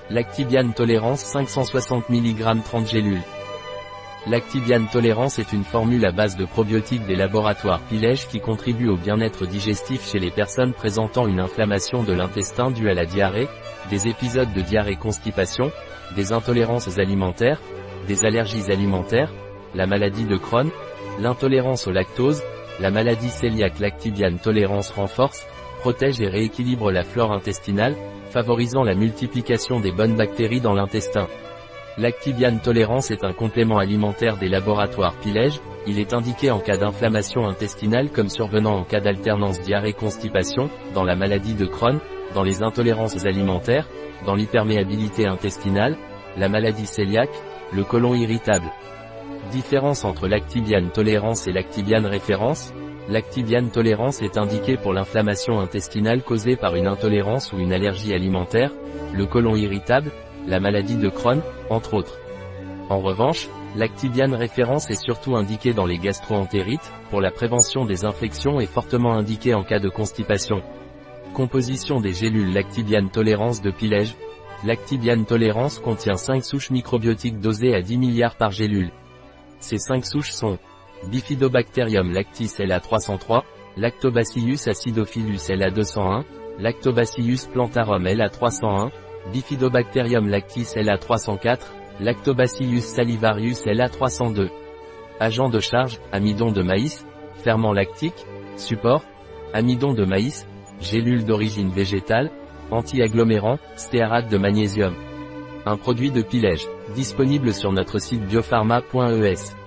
Lactibiane Tolérance 560 mg 30 gélules. Lactibiane Tolérance est une formule à base de probiotiques des laboratoires Pilège qui contribue au bien-être digestif chez les personnes présentant une inflammation de l'intestin due à la diarrhée, des épisodes de diarrhée-constipation, des intolérances alimentaires, des allergies alimentaires, la maladie de Crohn, l'intolérance au lactose, la maladie cœliaque. Lactibiane Tolérance renforce, protège et rééquilibre la flore intestinale, favorisant la multiplication des bonnes bactéries dans l'intestin. Lactibiane Tolérance est un complément alimentaire des laboratoires Pilège. Il est indiqué en cas d'inflammation intestinale comme survenant en cas d'alternance diarrhée-constipation, dans la maladie de Crohn, dans les intolérances alimentaires, dans l'hyperméabilité intestinale, la maladie cœliaque, le côlon irritable. Différence entre Lactibiane Tolérance et Lactibiane Référence. Lactibiane Tolérance est indiqué pour l'inflammation intestinale causée par une intolérance ou une allergie alimentaire, le côlon irritable, la maladie de Crohn, entre autres. En revanche, Lactibiane Référence est surtout indiqué dans les gastro-entérites, pour la prévention des infections et fortement indiqué en cas de constipation. Composition des gélules Lactibiane Tolérance de Pilège. Lactibiane Tolérance contient 5 souches microbiotiques dosées à 10 milliards par gélule. Ces 5 souches sont Bifidobacterium lactis LA303, Lactobacillus acidophilus LA201, Lactobacillus plantarum LA301, Bifidobacterium lactis LA304, Lactobacillus salivarius LA302. Agent de charge, amidon de maïs, ferment lactique, support, amidon de maïs, gélules d'origine végétale, anti-agglomérant, stéarate de magnésium. Un produit de Pilège, disponible sur notre site biopharma.es.